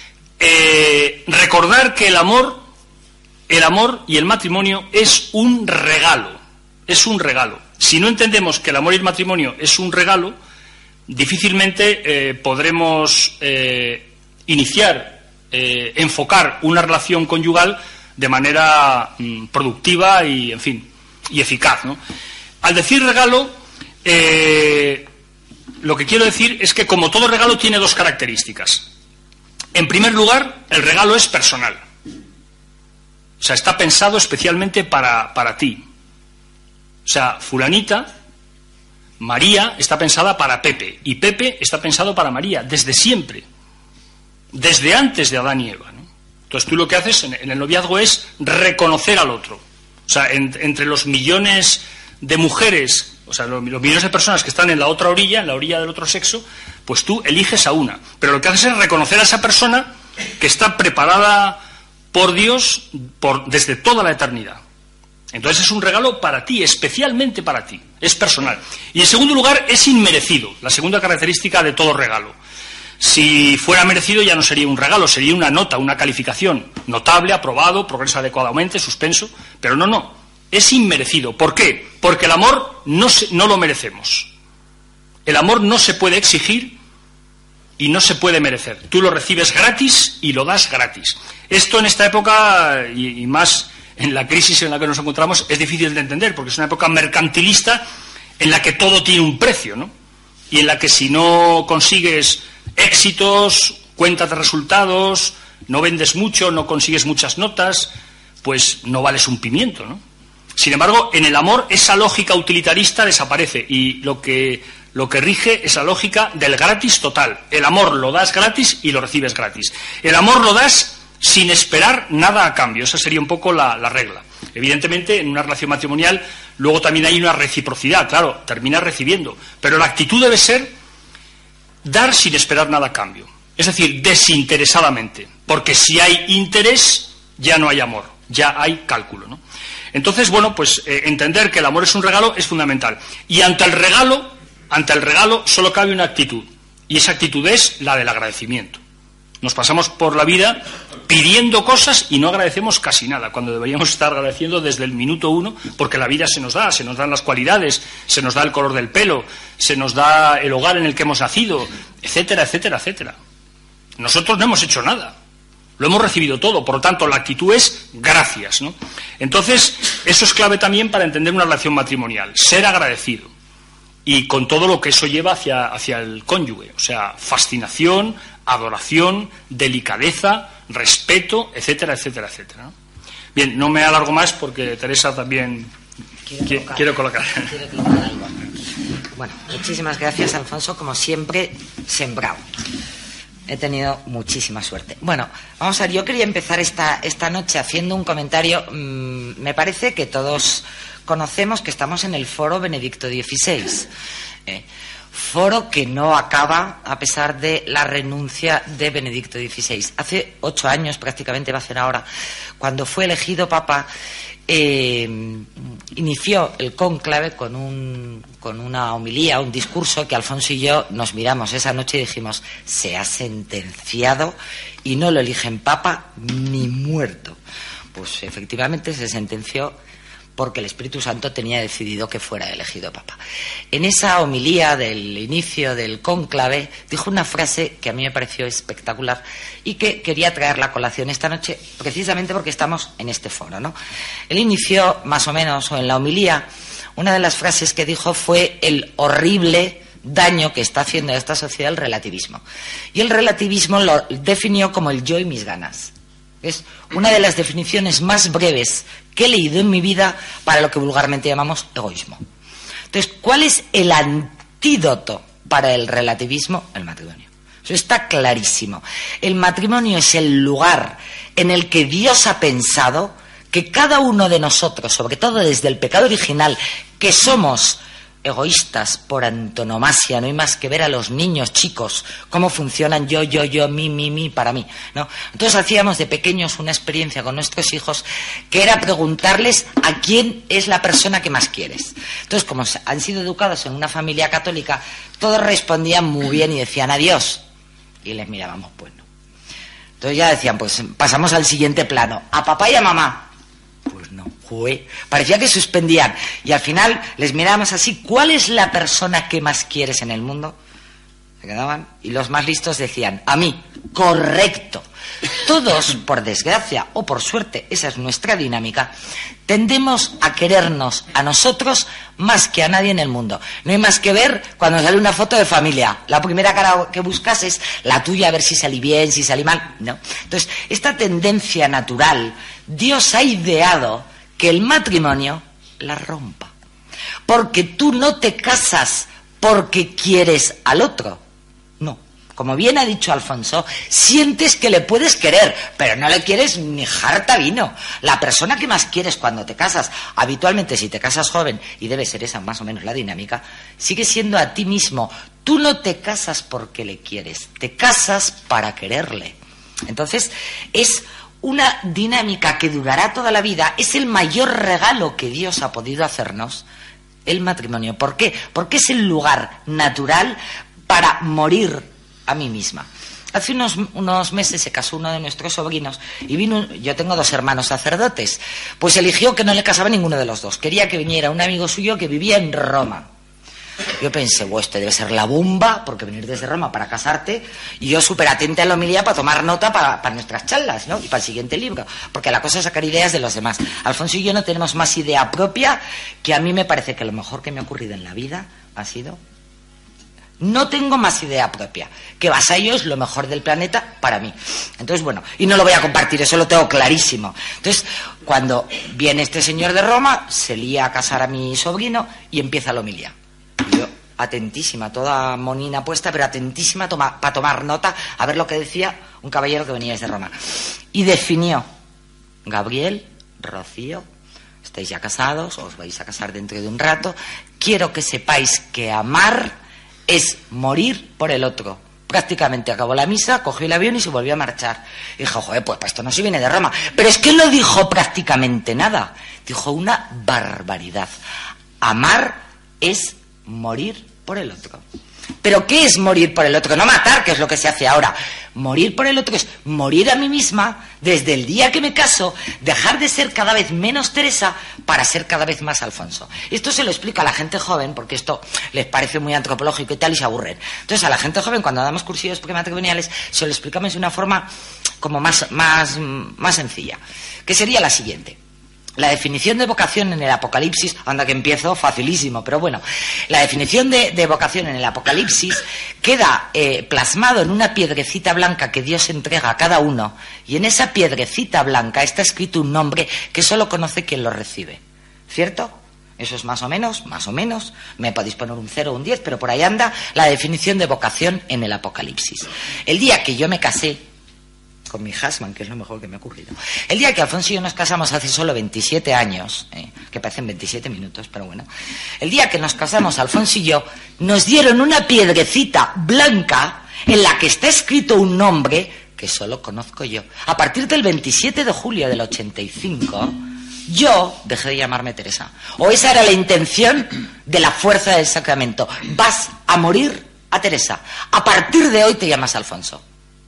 eh, recordar que el amor, el amor y el matrimonio es un regalo, es un regalo. Si no entendemos que el amor y el matrimonio es un regalo, difícilmente eh, podremos eh, iniciar, eh, enfocar una relación conyugal de manera mm, productiva y, en fin, y eficaz, ¿no? Al decir regalo, eh, lo que quiero decir es que, como todo regalo, tiene dos características. En primer lugar, el regalo es personal. O sea, está pensado especialmente para, para ti. O sea, fulanita, María, está pensada para Pepe, y Pepe está pensado para María, desde siempre, desde antes de Adán y Eva, ¿no? Entonces tú lo que haces en, en el noviazgo es reconocer al otro. O sea, en, entre los millones de mujeres, o sea, los, los millones de personas que están en la otra orilla, en la orilla del otro sexo, pues tú eliges a una. Pero lo que haces es reconocer a esa persona que está preparada por Dios por, desde toda la eternidad. Entonces es un regalo para ti, especialmente para ti, es personal. Y en segundo lugar, es inmerecido, la segunda característica de todo regalo. Si fuera merecido ya no sería un regalo, sería una nota, una calificación, notable, aprobado, progresa adecuadamente, suspenso, pero no, no, es inmerecido. ¿Por qué? Porque el amor no, se, no lo merecemos. El amor no se puede exigir y no se puede merecer. Tú lo recibes gratis y lo das gratis. Esto en esta época, y, y más en la crisis en la que nos encontramos, es difícil de entender, porque es una época mercantilista en la que todo tiene un precio, ¿no? Y en la que si no consigues éxitos, cuentas de resultados, no vendes mucho, no consigues muchas notas, pues no vales un pimiento, ¿no? Sin embargo, en el amor esa lógica utilitarista desaparece y lo que, lo que rige es la lógica del gratis total. El amor lo das gratis y lo recibes gratis. El amor lo das sin esperar nada a cambio. Esa sería un poco la, la regla. Evidentemente, en una relación matrimonial luego también hay una reciprocidad, claro, terminas recibiendo. Pero la actitud debe ser dar sin esperar nada a cambio. Es decir, desinteresadamente. Porque si hay interés, ya no hay amor, ya hay cálculo, ¿no? Entonces, bueno, pues eh, entender que el amor es un regalo es fundamental. Y ante el regalo, ante el regalo solo cabe una actitud. Y esa actitud es la del agradecimiento. Nos pasamos por la vida pidiendo cosas y no agradecemos casi nada, cuando deberíamos estar agradeciendo desde el minuto uno, porque la vida se nos da, se nos dan las cualidades, se nos da el color del pelo, se nos da el hogar en el que hemos nacido, etcétera, etcétera, etcétera. Nosotros no hemos hecho nada. Lo hemos recibido todo, por lo tanto, la actitud es gracias, ¿no? Entonces, eso es clave también para entender una relación matrimonial, ser agradecido. Y con todo lo que eso lleva hacia, hacia el cónyuge, o sea, fascinación, adoración, delicadeza, respeto, etcétera, etcétera, etcétera, ¿no? Bien, no me alargo más porque Teresa también quiere colocar. Quiero colocar. Quiero colocar algo. Bueno, muchísimas gracias, Alfonso, como siempre, sembrado. He tenido muchísima suerte. Bueno, vamos a ver, yo quería empezar esta, esta noche haciendo un comentario. Mmm, me parece que todos conocemos que estamos en el foro Benedicto dieciséis. Eh, foro que no acaba a pesar de la renuncia de Benedicto dieciséis. Hace ocho años, prácticamente va a ser ahora, cuando fue elegido Papa, eh, inició el cónclave con un con una homilía, un discurso que Alfonso y yo nos miramos esa noche y dijimos: se ha sentenciado y no lo eligen Papa ni muerto. Pues efectivamente se sentenció porque el Espíritu Santo tenía decidido que fuera elegido Papa. En esa homilía del inicio del cónclave dijo una frase que a mí me pareció espectacular y que quería traerla a colación esta noche precisamente porque estamos en este foro, ¿no? Él inició más o menos, o en la homilía, una de las frases que dijo fue el horrible daño que está haciendo a esta sociedad el relativismo. Y el relativismo lo definió como el yo y mis ganas. Es una de las definiciones más breves que he leído en mi vida para lo que vulgarmente llamamos egoísmo. Entonces, ¿cuál es el antídoto para el relativismo? El matrimonio. Eso está clarísimo. El matrimonio es el lugar en el que Dios ha pensado que cada uno de nosotros, sobre todo desde el pecado original, que somos egoístas por antonomasia, no hay más que ver a los niños chicos cómo funcionan yo, yo, yo, mi, mi, mi, para mí, ¿no? Entonces hacíamos de pequeños una experiencia con nuestros hijos que era preguntarles a quién es la persona que más quieres. Entonces, como han sido educados en una familia católica, todos respondían muy bien y decían a Dios, y les mirábamos, pues no. Entonces ya decían, pues pasamos al siguiente plano, a papá y a mamá. Pues no, jugué. Parecía que suspendían. Y al final les mirábamos así, ¿cuál es la persona que más quieres en el mundo? Se quedaban y los más listos decían, a mí. Correcto. Todos, por desgracia o por suerte, esa es nuestra dinámica, tendemos a querernos a nosotros más que a nadie en el mundo. No hay más que ver cuando sale una foto de familia. La primera cara que buscas es la tuya, a ver si salí bien, si salí mal. No. Entonces, esta tendencia natural, Dios ha ideado que el matrimonio la rompa. Porque tú no te casas porque quieres al otro. No. Como bien ha dicho Alfonso, sientes que le puedes querer, pero no le quieres ni jarta vino. La persona que más quieres cuando te casas, habitualmente si te casas joven, y debe ser esa más o menos la dinámica, sigue siendo a ti mismo. Tú no te casas porque le quieres, te casas para quererle. Entonces, es una dinámica que durará toda la vida, es el mayor regalo que Dios ha podido hacernos, el matrimonio. ¿Por qué? Porque es el lugar natural para morir a mí misma. Hace unos, unos meses se casó uno de nuestros sobrinos y vino, yo tengo dos hermanos sacerdotes, pues eligió que no le casaba ninguno de los dos. Quería que viniera un amigo suyo que vivía en Roma. Yo pensé, bueno, este debe ser la bomba, porque venir desde Roma para casarte, y yo súper atenta a la homilía para tomar nota para, para nuestras charlas, ¿no? Y para el siguiente libro, porque la cosa es sacar ideas de los demás. Alfonso y yo no tenemos más idea propia, que a mí me parece que lo mejor que me ha ocurrido en la vida ha sido... No tengo más idea propia, que Vasallo es lo mejor del planeta para mí. Entonces, bueno, y no lo voy a compartir, eso lo tengo clarísimo. Entonces, cuando viene este señor de Roma, se lía a casar a mi sobrino y empieza la homilía. Y yo, atentísima, toda monina puesta, pero atentísima toma, para tomar nota, a ver lo que decía un caballero que venía desde Roma. Y definió: Gabriel, Rocío, estáis ya casados, os vais a casar dentro de un rato, quiero que sepáis que amar es morir por el otro. Prácticamente acabó la misa, cogió el avión y se volvió a marchar. Y dijo, joder, pues esto no se viene de Roma. Pero es que no dijo prácticamente nada. Dijo una barbaridad. Amar es morir por el otro. ¿Pero qué es morir por el otro? No matar, que es lo que se hace ahora. Morir por el otro es morir a mí misma desde el día que me caso, dejar de ser cada vez menos Teresa para ser cada vez más Alfonso. Esto se lo explica a la gente joven, porque esto les parece muy antropológico y tal, y se aburren. Entonces, a la gente joven, cuando damos cursillos prematrimoniales, se lo explicamos de una forma como más, más, más sencilla, que sería la siguiente. La definición de vocación en el Apocalipsis, anda que empiezo facilísimo, pero bueno, la definición de, de vocación en el Apocalipsis queda eh, plasmado en una piedrecita blanca que Dios entrega a cada uno, y en esa piedrecita blanca está escrito un nombre que solo conoce quien lo recibe, ¿cierto? Eso es más o menos, más o menos, me podéis poner un cero o un diez, pero por ahí anda la definición de vocación en el Apocalipsis. El día que yo me casé con mi husband, que es lo mejor que me ha ocurrido. El día que Alfonso y yo nos casamos hace solo veintisiete años, eh, que parecen veintisiete minutos, pero bueno. El día que nos casamos, Alfonso y yo, nos dieron una piedrecita blanca en la que está escrito un nombre que solo conozco yo. A partir del veintisiete de julio del ochenta y cinco, yo dejé de llamarme Teresa. O esa era la intención de la fuerza del sacramento. Vas a morir a Teresa. A partir de hoy te llamas Alfonso.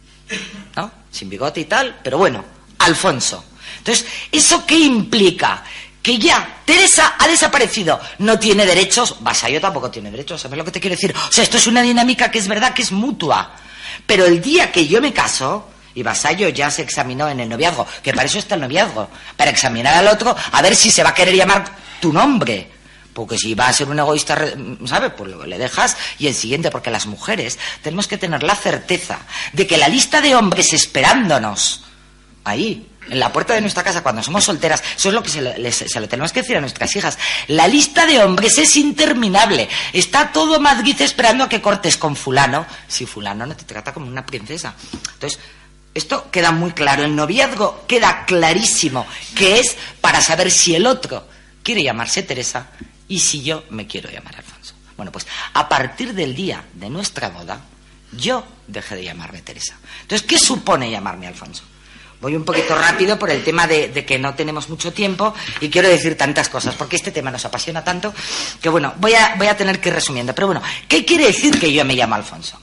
¿No? Sin bigote y tal, pero bueno, Alfonso. Entonces, ¿eso qué implica? Que ya Teresa ha desaparecido, no tiene derechos, Vasallo tampoco tiene derechos, ¿sabes lo que te quiero decir? O sea, esto es una dinámica que es verdad que es mutua, pero el día que yo me caso, y Vasallo ya se examinó en el noviazgo, que para eso está el noviazgo, para examinar al otro, a ver si se va a querer llamar tu nombre. Porque si va a ser un egoísta, ¿sabes? Pues le dejas. Y el siguiente, porque las mujeres tenemos que tener la certeza de que la lista de hombres esperándonos ahí, en la puerta de nuestra casa, cuando somos solteras, eso es lo que se lo, les, se lo tenemos que decir a nuestras hijas. La lista de hombres es interminable. Está todo Madrid esperando a que cortes con fulano, si fulano no te trata como una princesa. Entonces, esto queda muy claro. El noviazgo queda clarísimo, que es para saber si el otro quiere llamarse Teresa y si yo me quiero llamar Alfonso. Bueno, pues a partir del día de nuestra boda, yo dejé de llamarme Teresa. Entonces, ¿qué supone llamarme Alfonso? Voy un poquito rápido por el tema de, de que no tenemos mucho tiempo y quiero decir tantas cosas, porque este tema nos apasiona tanto que, bueno, voy a, voy a tener que ir resumiendo. Pero bueno, ¿qué quiere decir que yo me llamo Alfonso?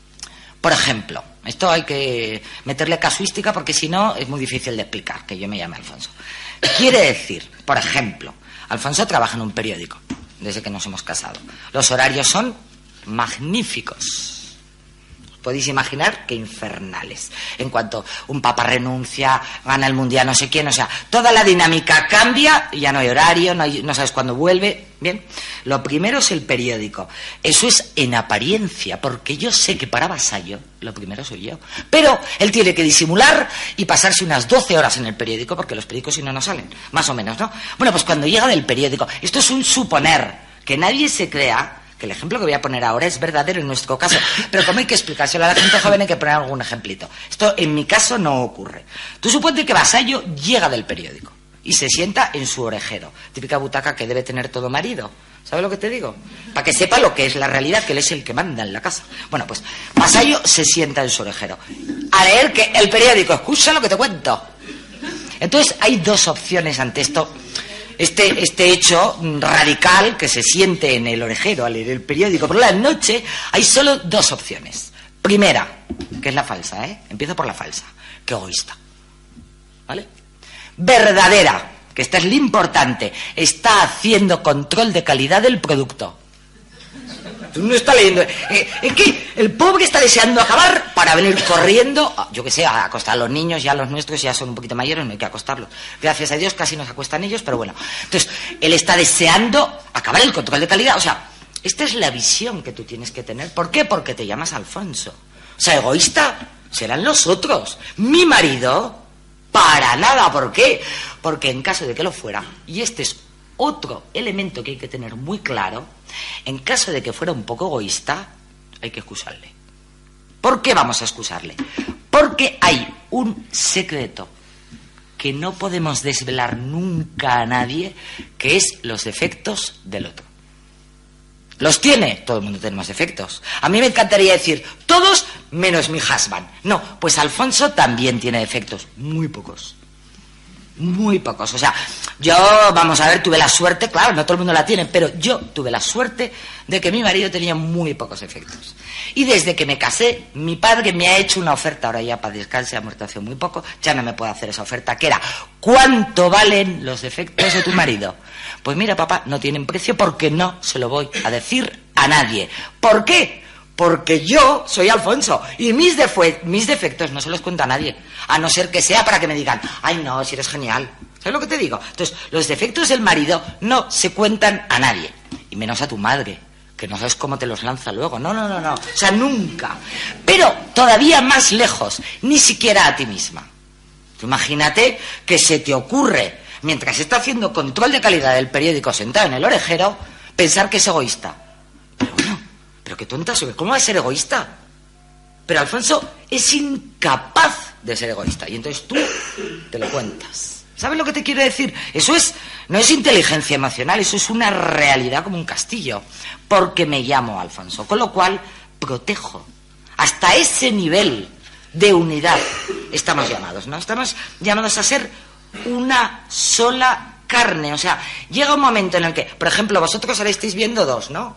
Por ejemplo, esto hay que meterle casuística porque si no es muy difícil de explicar que yo me llame Alfonso. Quiere decir, por ejemplo, Alfonso trabaja en un periódico desde que nos hemos casado. Los horarios son magníficos. Podéis imaginar que infernales. En cuanto un papa renuncia, gana el mundial no sé quién, o sea, toda la dinámica cambia, ya no hay horario, no, hay, no sabes cuándo vuelve. Bien, lo primero es el periódico. Eso es en apariencia, porque yo sé que para Vasallo lo primero soy yo. Pero él tiene que disimular y pasarse unas doce horas en el periódico, porque los periódicos si no, no salen, más o menos, ¿no? Bueno, pues cuando llega del periódico, esto es un suponer, que nadie se crea que el ejemplo que voy a poner ahora es verdadero en nuestro caso, pero como hay que explicárselo a la gente joven hay que poner algún ejemplito. Esto en mi caso no ocurre. Tú suponte que Vasallo llega del periódico y se sienta en su orejero, típica butaca que debe tener todo marido. ¿Sabes lo que te digo? Para que sepa lo que es la realidad, que él es el que manda en la casa. Bueno, pues Vasallo se sienta en su orejero a leer que el periódico, escucha lo que te cuento. Entonces hay dos opciones ante esto. Este, este hecho radical que se siente en el orejero al leer el periódico por la noche, hay solo dos opciones. Primera, que es la falsa, ¿eh? Empiezo por la falsa. Qué egoísta. ¿Vale? Verdadera, que esta es lo importante. Está haciendo control de calidad del producto. Tú no estás leyendo. Eh, es que el pobre está deseando acabar para venir corriendo, yo que sé, a acostar a los niños, ya los nuestros ya son un poquito mayores, no hay que acostarlos. Gracias a Dios casi nos acuestan ellos, pero bueno. Entonces, él está deseando acabar el control de calidad. O sea, esta es la visión que tú tienes que tener. ¿Por qué? Porque te llamas Alfonso. O sea, egoísta serán los otros. Mi marido, para nada. ¿Por qué? Porque en caso de que lo fuera, y este es otro elemento que hay que tener muy claro, en caso de que fuera un poco egoísta, hay que excusarle. ¿Por qué vamos a excusarle? Porque hay un secreto que no podemos desvelar nunca a nadie, que es los defectos del otro. ¿Los tiene? Todo el mundo tenemos defectos. A mí me encantaría decir, todos menos mi husband. No, pues Alfonso también tiene defectos, muy pocos. Muy pocos, o sea, yo, vamos a ver, tuve la suerte, claro, no todo el mundo la tiene, pero yo tuve la suerte de que mi marido tenía muy pocos defectos. Y desde que me casé, mi padre me ha hecho una oferta, ahora ya para descanse, ha muerto hace muy poco, ya no me puede hacer esa oferta, que era, ¿cuánto valen los defectos de tu marido? Pues mira, papá, no tienen precio porque no se lo voy a decir a nadie. ¿Por qué? Porque yo soy Alfonso y mis, defue- mis defectos no se los cuento a nadie, a no ser que sea para que me digan, ay no, si eres genial. ¿Sabes lo que te digo? Entonces, los defectos del marido no se cuentan a nadie, y menos a tu madre, que no sabes cómo te los lanza luego. No, no, no, no, o sea, nunca. Pero todavía más lejos, ni siquiera a ti misma. Tú imagínate que se te ocurre, mientras está haciendo control de calidad del periódico sentado en el orejero, pensar que es egoísta. Pero bueno, pero qué tonta soy, ¿cómo va a ser egoísta? Pero Alfonso es incapaz de ser egoísta, y entonces tú te lo cuentas. ¿Sabes lo que te quiero decir? Eso es, no es inteligencia emocional, eso es una realidad como un castillo, porque me llamo Alfonso, con lo cual protejo. Hasta ese nivel de unidad estamos llamados, ¿no? Estamos llamados a ser una sola carne. O sea, llega un momento en el que, por ejemplo, vosotros ahora estáis viendo dos, ¿no?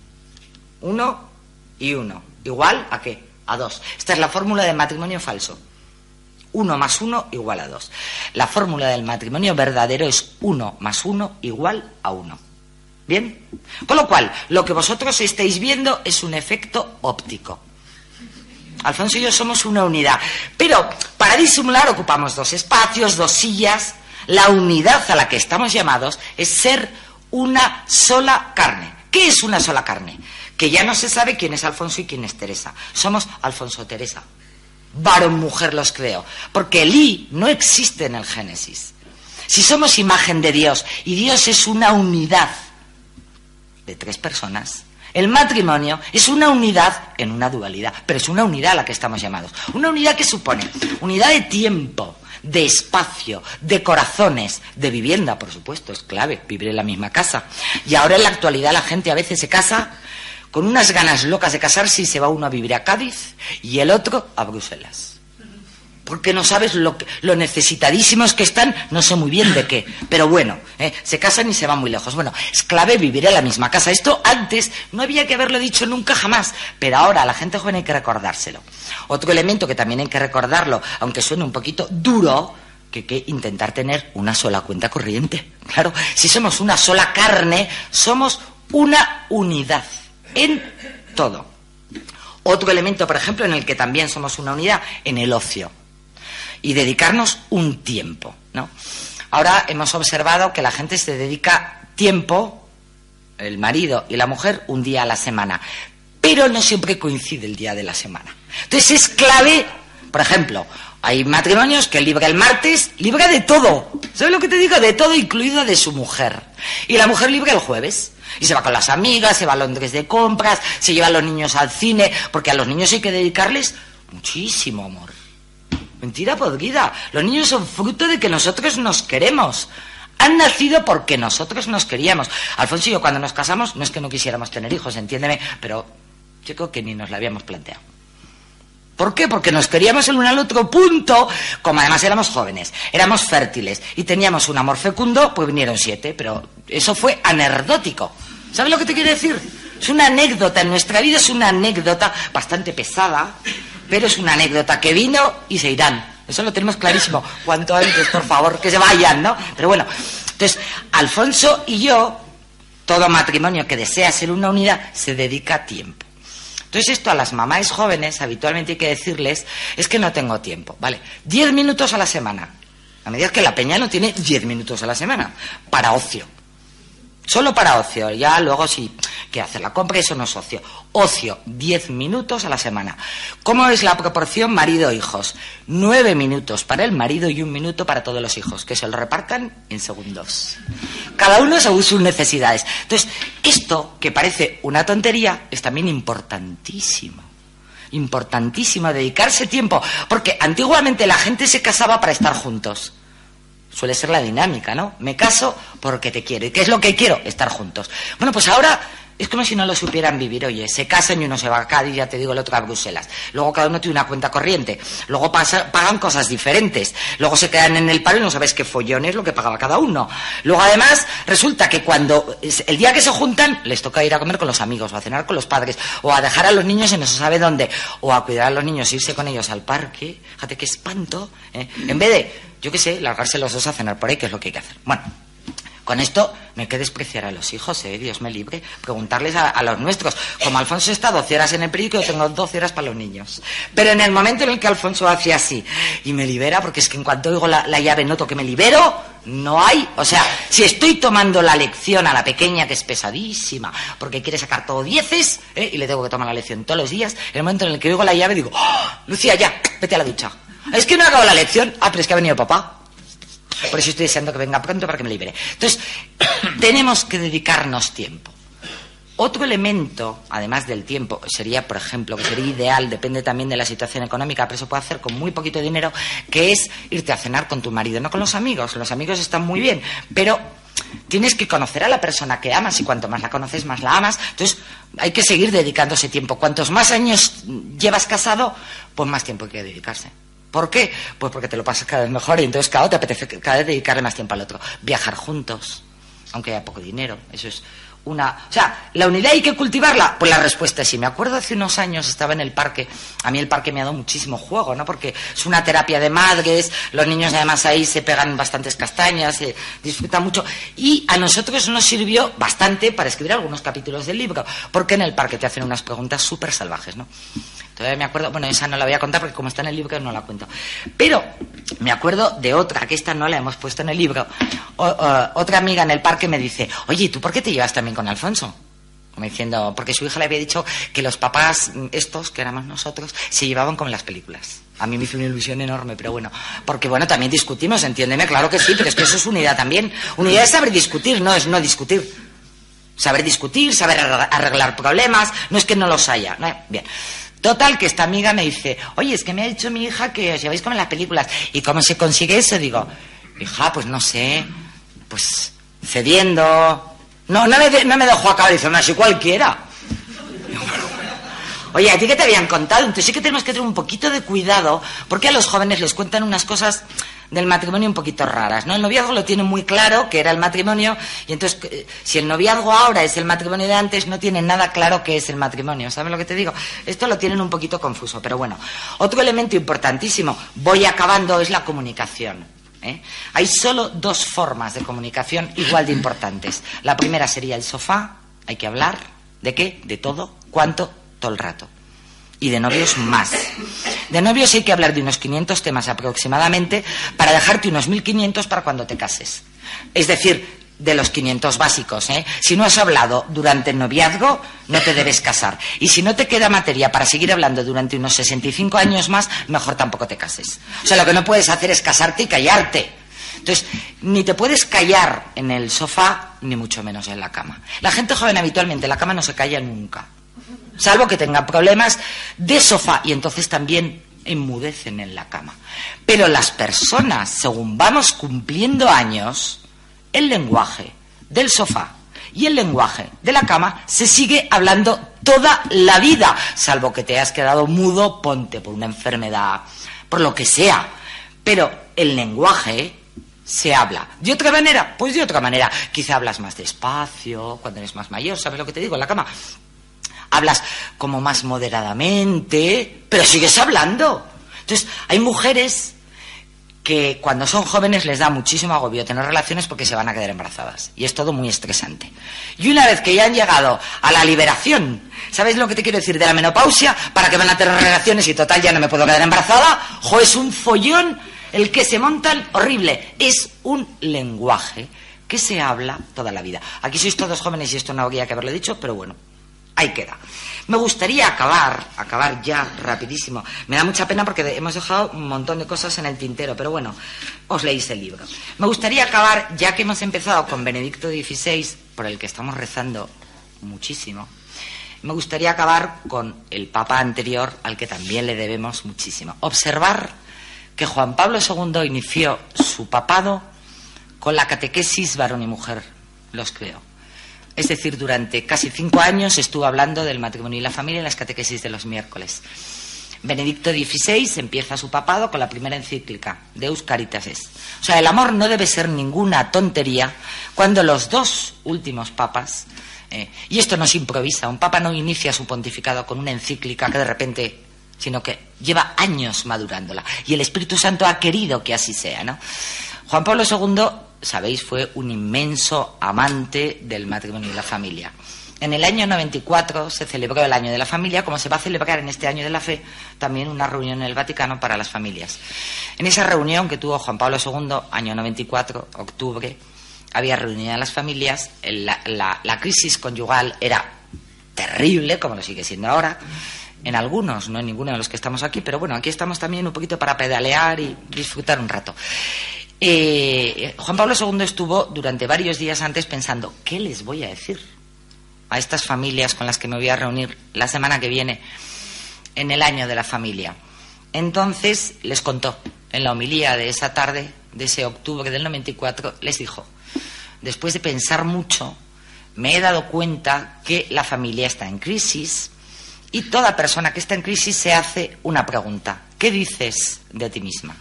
Uno y uno. ¿Igual a qué? A dos. Esta es la fórmula del matrimonio falso. Uno más uno igual a dos. La fórmula del matrimonio verdadero es uno más uno igual a uno. ¿Bien? Con lo cual, lo que vosotros estáis viendo es un efecto óptico. Alfonso y yo somos una unidad. Pero para disimular ocupamos dos espacios, dos sillas. La unidad a la que estamos llamados es ser una sola carne. ¿Qué es una sola carne? Que ya no se sabe quién es Alfonso y quién es Teresa. Somos Alfonso Teresa. Varón, mujer los creo. Porque el I no existe en el Génesis. Si somos imagen de Dios y Dios es una unidad de tres personas, el matrimonio es una unidad en una dualidad, pero es una unidad a la que estamos llamados. Una unidad que supone unidad de tiempo, de espacio, de corazones, de vivienda, por supuesto, es clave, vivir en la misma casa. Y ahora en la actualidad la gente a veces se casa con unas ganas locas de casarse y se va uno a vivir a Cádiz y el otro a Bruselas. Porque no sabes lo, que, lo necesitadísimos que están, no sé muy bien de qué, pero bueno, eh, se casan y se van muy lejos. Bueno, es clave vivir en la misma casa. Esto antes no había que haberlo dicho nunca jamás, pero ahora a la gente joven hay que recordárselo. Otro elemento que también hay que recordarlo, aunque suene un poquito duro, que hay que intentar tener una sola cuenta corriente. Claro, si somos una sola carne, somos una unidad en todo. Otro elemento, por ejemplo, en el que también somos una unidad, en el ocio. Y dedicarnos un tiempo, ¿no? Ahora hemos observado que la gente se dedica tiempo, el marido y la mujer, un día a la semana. Pero no siempre coincide el día de la semana. Entonces es clave, por ejemplo, hay matrimonios que libra el martes, libra de todo. ¿Sabes lo que te digo? De todo, incluido de su mujer. Y la mujer libra el jueves. Y se va con las amigas, se va a Londres de compras, se lleva a los niños al cine, porque a los niños hay que dedicarles muchísimo amor. Mentira podrida. Los niños son fruto de que nosotros nos queremos. Han nacido porque nosotros nos queríamos. Alfonso y yo cuando nos casamos, no es que no quisiéramos tener hijos, entiéndeme, pero yo creo que ni nos lo habíamos planteado. ¿Por qué? Porque nos queríamos el uno al otro, punto. Como además éramos jóvenes, éramos fértiles y teníamos un amor fecundo, pues vinieron siete, pero eso fue anecdótico. ¿Sabes lo que te quiero decir? Es una anécdota, en nuestra vida es una anécdota bastante pesada, pero es una anécdota que vino y se irán. Eso lo tenemos clarísimo. Cuanto antes, por favor, que se vayan, ¿no? Pero bueno, entonces, Alfonso y yo todo matrimonio que desea ser una unidad se dedica tiempo. Entonces esto a las mamás jóvenes habitualmente hay que decirles, es que no tengo tiempo, ¿vale? Diez minutos a la semana. A medida que la peña no tiene diez minutos a la semana para ocio. Solo para ocio. Ya luego si quiere hacer la compra, eso no es ocio. Ocio, diez minutos a la semana. ¿Cómo es la proporción marido-hijos? Nueve minutos para el marido y un minuto para todos los hijos, que se lo repartan en segundos. Cada uno según sus necesidades. Entonces, esto, que parece una tontería, es también importantísimo. Importantísimo dedicarse tiempo. Porque antiguamente la gente se casaba para estar juntos. Suele ser la dinámica, ¿no? Me caso porque te quiero. ¿Y qué es lo que quiero? Estar juntos. Bueno, pues ahora es como si no lo supieran vivir. Oye, se casan y uno se va a Cádiz, ya te digo, el otro a Bruselas. Luego cada uno tiene una cuenta corriente. Luego pasa, pagan cosas diferentes. Luego se quedan en el paro y no sabes qué follón es lo que pagaba cada uno. Luego además resulta que cuando el día que se juntan les toca ir a comer con los amigos o a cenar con los padres o a dejar a los niños en no se sabe dónde o a cuidar a los niños, irse con ellos al parque. Fíjate qué espanto, ¿eh? En vez de, yo qué sé, largarse los dos a cenar por ahí, que es lo que hay que hacer. Bueno, con esto no hay que despreciar a los hijos, ¿eh? Dios me libre. Preguntarles a, a los nuestros. Como Alfonso está doce horas en el periódico, yo tengo doce horas para los niños. Pero en el momento en el que Alfonso hace así y me libera, porque es que en cuanto oigo la, la llave noto que me libero, no hay. O sea, si estoy tomando la lección a la pequeña, que es pesadísima, porque quiere sacar todo dieces, ¿eh? Y le tengo que tomar la lección todos los días, en el momento en el que oigo la llave digo, ¡oh, Lucía, ya, vete a la ducha! Es que no acabo la lección. Ah, pero es que ha venido papá. Por eso estoy deseando que venga pronto para que me libere. Entonces, tenemos que dedicarnos tiempo. Otro elemento, además del tiempo, sería, por ejemplo, que sería ideal, depende también de la situación económica, pero se puede hacer con muy poquito dinero, que es irte a cenar con tu marido, no con los amigos. Los amigos están muy bien, pero tienes que conocer a la persona que amas y cuanto más la conoces, más la amas. Entonces, hay que seguir dedicándose tiempo. Cuantos más años llevas casado, pues más tiempo hay que dedicarse. ¿Por qué? Pues porque te lo pasas cada vez mejor y entonces cada vez te apetece cada vez dedicarle más tiempo al otro. Viajar juntos, aunque haya poco dinero, eso es una... O sea, ¿la unidad hay que cultivarla? Pues la respuesta es sí. Me acuerdo hace unos años, estaba en el parque, a mí el parque me ha dado muchísimo juego, ¿no? Porque es una terapia de madres, los niños además ahí se pegan bastantes castañas, se disfrutan mucho, y a nosotros nos sirvió bastante para escribir algunos capítulos del libro, porque en el parque te hacen unas preguntas súper salvajes, ¿no? Todavía me acuerdo, bueno, esa no la voy a contar porque como está en el libro no la cuento. Pero me acuerdo de otra, que esta no la hemos puesto en el libro. O, o, otra amiga en el parque me dice, oye, ¿tú por qué te llevas también con Alfonso? Como diciendo, porque su hija le había dicho que los papás estos, que éramos nosotros, se llevaban como en las películas. A mí me hizo una ilusión enorme, pero bueno, porque bueno, también discutimos, entiéndeme, claro que sí, pero es que eso es unidad también. Unidad es saber discutir, no es no discutir. Saber discutir, saber arreglar problemas, no es que no los haya, ¿no? Bien. Total, que esta amiga me dice, oye, es que me ha dicho mi hija que os lleváis como en las películas. ¿Y cómo se consigue eso? Digo, hija, pues no sé, pues cediendo. No, no me, de, no me dejó acabar, dice, no, así cualquiera. Oye, ¿a ti qué te habían contado? Entonces sí que tenemos que tener un poquito de cuidado, porque a los jóvenes les cuentan unas cosas del matrimonio un poquito raras, ¿no? El noviazgo lo tiene muy claro, que era el matrimonio, y entonces, si el noviazgo ahora es el matrimonio de antes, no tienen nada claro qué es el matrimonio, ¿sabes lo que te digo? Esto lo tienen un poquito confuso, pero bueno. Otro elemento importantísimo, voy acabando, es la comunicación, ¿eh? Hay solo dos formas de comunicación igual de importantes. La primera sería el sofá, hay que hablar, ¿de qué? De todo, cuánto, todo el rato. Y de novios más. De novios hay que hablar de unos quinientos temas aproximadamente para dejarte unos mil quinientos para cuando te cases. Es decir, de los quinientos básicos, ¿eh? Si no has hablado durante el noviazgo, no te debes casar. Y si no te queda materia para seguir hablando durante unos sesenta y cinco años más, mejor tampoco te cases. O sea, lo que no puedes hacer es casarte y callarte. Entonces, ni te puedes callar en el sofá, ni mucho menos en la cama. La gente joven habitualmente en la cama no se calla nunca. Salvo que tengan problemas de sofá y entonces también enmudecen en la cama. Pero las personas, según vamos cumpliendo años, el lenguaje del sofá y el lenguaje de la cama se sigue hablando toda la vida, salvo que te hayas quedado mudo, ponte por una enfermedad, por lo que sea. Pero el lenguaje se habla. ¿De otra manera? Pues de otra manera. Quizá hablas más despacio, cuando eres más mayor, ¿sabes lo que te digo? En la cama hablas como más moderadamente, pero sigues hablando. Entonces, hay mujeres que cuando son jóvenes les da muchísimo agobio tener relaciones porque se van a quedar embarazadas. Y es todo muy estresante. Y una vez que ya han llegado a la liberación, ¿sabéis lo que te quiero decir? De la menopausia, ¿para qué van a tener relaciones y total ya no me puedo quedar embarazada? ¡Jo, es un follón el que se montan horrible! Es un lenguaje que se habla toda la vida. Aquí sois todos jóvenes y esto no habría que haberlo dicho, pero bueno, ahí queda. Me gustaría acabar, acabar ya rapidísimo. Me da mucha pena porque hemos dejado un montón de cosas en el tintero, pero bueno, os leéis el libro. Me gustaría acabar, ya que hemos empezado con Benedicto dieciséis, por el que estamos rezando muchísimo, me gustaría acabar con el Papa anterior, al que también le debemos muchísimo. Observar que Juan Pablo segundo inició su papado con la catequesis varón y mujer, los creo. Es decir, durante casi cinco años estuvo hablando del matrimonio y la familia en las catequesis de los miércoles. Benedicto dieciséis empieza su papado con la primera encíclica, Deus Caritas Est. O sea, el amor no debe ser ninguna tontería cuando los dos últimos papas, eh, y esto no se improvisa, un papa no inicia su pontificado con una encíclica que de repente, sino que lleva años madurándola. Y el Espíritu Santo ha querido que así sea, ¿no? Juan Pablo segundo, sabéis, fue un inmenso amante del matrimonio y la familia. En el año noventa y cuatro se celebró el Año de la Familia, como se va a celebrar en este Año de la Fe también una reunión en el Vaticano para las familias. En esa reunión que tuvo Juan Pablo segundo, año noventa y cuatro, octubre, había reunido a las familias, la, la, la crisis conyugal era terrible, como lo sigue siendo ahora, en algunos, no en ninguno de los que estamos aquí, pero bueno, aquí estamos también un poquito para pedalear y disfrutar un rato. Eh, Juan Pablo segundo estuvo durante varios días antes pensando, ¿qué les voy a decir a estas familias con las que me voy a reunir la semana que viene en el Año de la Familia? Entonces les contó, en la homilía de esa tarde, de ese octubre del noventa y cuatro, les dijo, después de pensar mucho, me he dado cuenta que la familia está en crisis y toda persona que está en crisis se hace una pregunta, ¿qué dices de ti misma?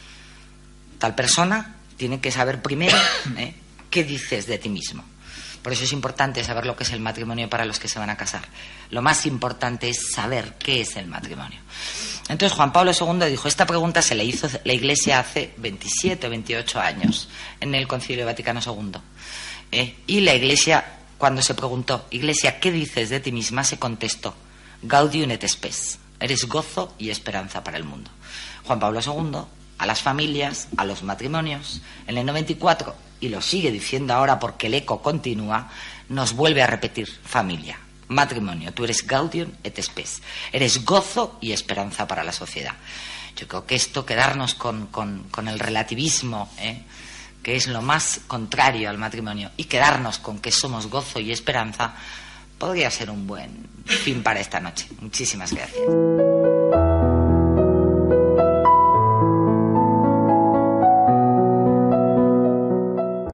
Tal persona tiene que saber primero ¿eh? qué dices de ti mismo. Por eso es importante saber lo que es el matrimonio para los que se van a casar. Lo más importante es saber qué es el matrimonio. Entonces Juan Pablo segundo dijo, esta pregunta se le hizo la Iglesia hace veintisiete o veintiocho años, en el Concilio Vaticano segundo. ¿eh? Y la Iglesia, cuando se preguntó, Iglesia, ¿qué dices de ti misma?, se contestó, Gaudium et Spes, eres gozo y esperanza para el mundo. Juan Pablo segundo, a las familias, a los matrimonios, en el noventa y cuatro, y lo sigue diciendo ahora porque el eco continúa, nos vuelve a repetir, familia, matrimonio, tú eres Gaudium et Spes, eres gozo y esperanza para la sociedad. Yo creo que esto, quedarnos con, con, con el relativismo, ¿eh? que es lo más contrario al matrimonio, y quedarnos con que somos gozo y esperanza, podría ser un buen fin para esta noche. Muchísimas gracias.